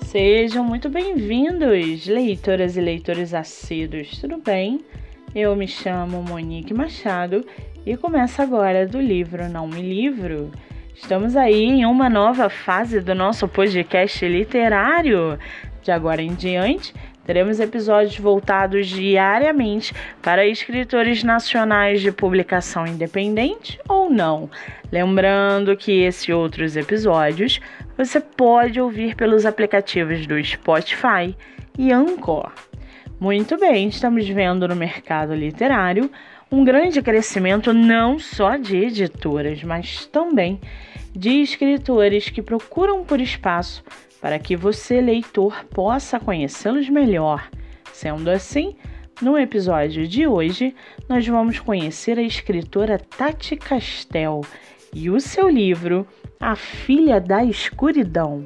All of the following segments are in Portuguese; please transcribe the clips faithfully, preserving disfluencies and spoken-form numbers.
Sejam muito bem-vindos, leitoras e leitores assíduos, tudo bem? Eu me chamo Monique Machado e começo agora do livro Não Me Livro. Estamos aí em uma nova fase do nosso podcast literário. De agora em diante, teremos episódios voltados diariamente para escritores nacionais de publicação independente ou não. Lembrando que esses outros episódios você pode ouvir pelos aplicativos do Spotify e Anchor. Muito bem, estamos vendo no mercado literário um grande crescimento não só de editoras, mas também de escritores que procuram por espaço para que você, leitor, possa conhecê-los melhor. Sendo assim, no episódio de hoje, nós vamos conhecer a escritora Tati Castel e o seu livro A Filha da Escuridão.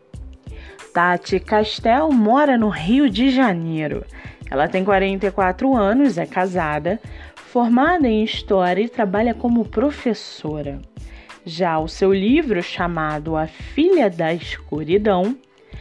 Tati Castel mora no Rio de Janeiro. Ela tem quarenta e quatro anos, é casada, formada em História e trabalha como professora. Já o seu livro, chamado A Filha da Escuridão,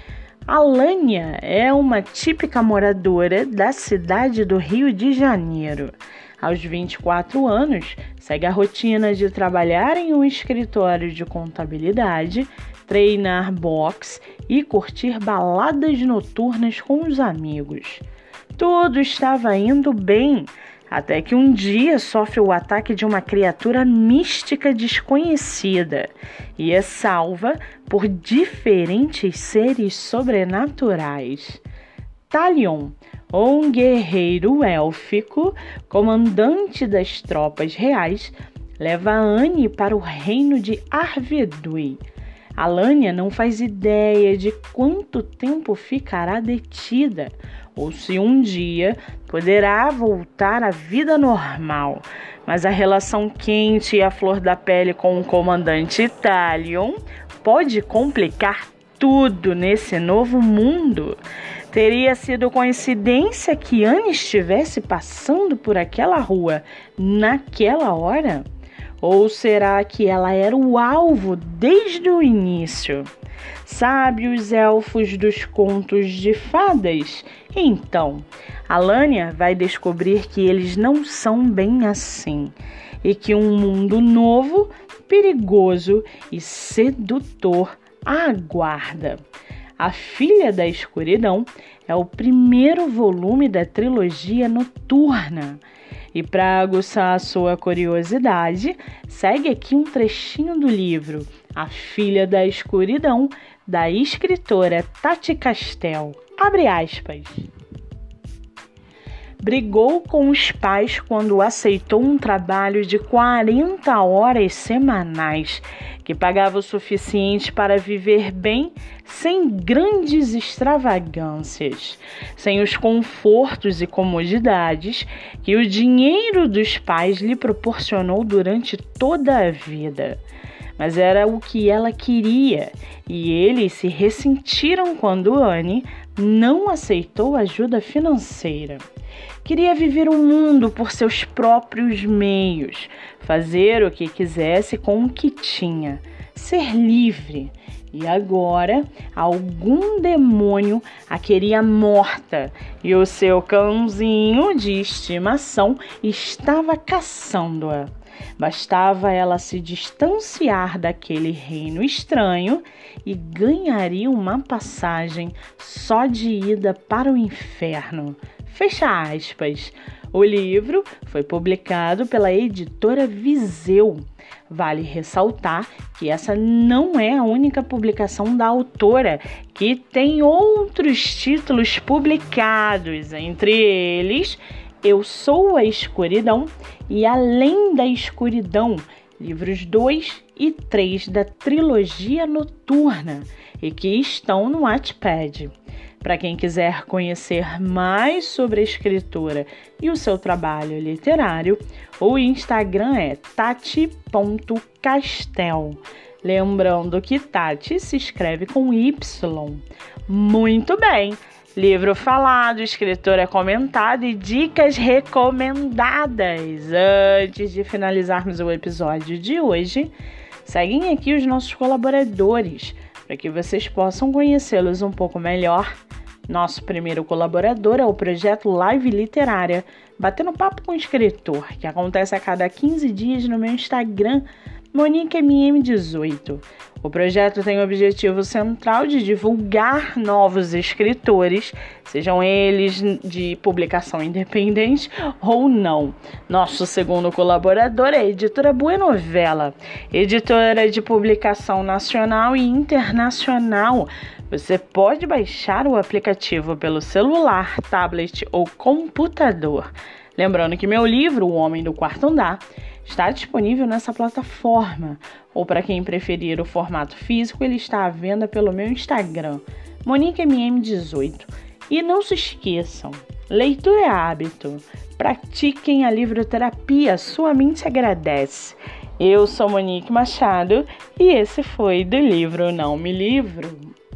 Alânia é uma típica moradora da cidade do Rio de Janeiro. Aos vinte e quatro anos, segue a rotina de trabalhar em um escritório de contabilidade, treinar boxe e curtir baladas noturnas com os amigos. Tudo estava indo bem, até que um dia sofre o ataque de uma criatura mística desconhecida e é salva por diferentes seres sobrenaturais. Talion, um guerreiro élfico, comandante das tropas reais, leva Anne para o reino de Arvedui. Alânia não faz ideia de quanto tempo ficará detida ou se um dia poderá voltar à vida normal. Mas a relação quente e a flor da pele com o comandante Talion pode complicar tudo nesse novo mundo. Teria sido coincidência que Anne estivesse passando por aquela rua naquela hora? Ou será que ela era o alvo desde o início? Sabe os elfos dos contos de fadas? Então, Alânia vai descobrir que eles não são bem assim e que um mundo novo, perigoso e sedutor a aguarda. A Filha da Escuridão é o primeiro volume da trilogia Noturna. E para aguçar a sua curiosidade, segue aqui um trechinho do livro A Filha da Escuridão, da escritora Tati Castel. Abre aspas. Brigou com os pais quando aceitou um trabalho de quarenta horas semanais, que pagava o suficiente para viver bem sem grandes extravagâncias, sem os confortos e comodidades que o dinheiro dos pais lhe proporcionou durante toda a vida. Mas era o que ela queria, e eles se ressentiram quando Anne não aceitou ajuda financeira. Queria viver o mundo por seus próprios meios, fazer o que quisesse com o que tinha, ser livre. E agora, algum demônio a queria morta e o seu cãozinho de estimação estava caçando-a. Bastava ela se distanciar daquele reino estranho e ganharia uma passagem só de ida para o inferno. Fecha aspas. O livro foi publicado pela editora Viseu. Vale ressaltar que essa não é a única publicação da autora, que tem outros títulos publicados, entre eles Eu Sou a Escuridão e Além da Escuridão, livros dois e três da trilogia Noturna, e que estão no Wattpad. Para quem quiser conhecer mais sobre a escritora e o seu trabalho literário, o Instagram é tati ponto castel. Lembrando que Tati se escreve com Y. Muito bem! Livro falado, escritora comentada e dicas recomendadas. Antes de finalizarmos o episódio de hoje, seguem aqui os nossos colaboradores para que vocês possam conhecê-los um pouco melhor. Nosso primeiro colaborador é o projeto Live Literária, Batendo Papo com o Escritor, que acontece a cada quinze dias no meu Instagram, Monique M M dezoito. O projeto tem o objetivo central de divulgar novos escritores, sejam eles de publicação independente ou não. Nosso segundo colaborador é a editora Buenovela, editora de publicação nacional e internacional. Você pode baixar o aplicativo pelo celular, tablet ou computador. Lembrando que meu livro, O Homem do Quarto Andar, está disponível nessa plataforma, ou para quem preferir o formato físico, ele está à venda pelo meu Instagram, Monique M M dezoito. E não se esqueçam, leitura é hábito, pratiquem a livroterapia, sua mente agradece. Eu sou Monique Machado e esse foi do livro Não Me Livro.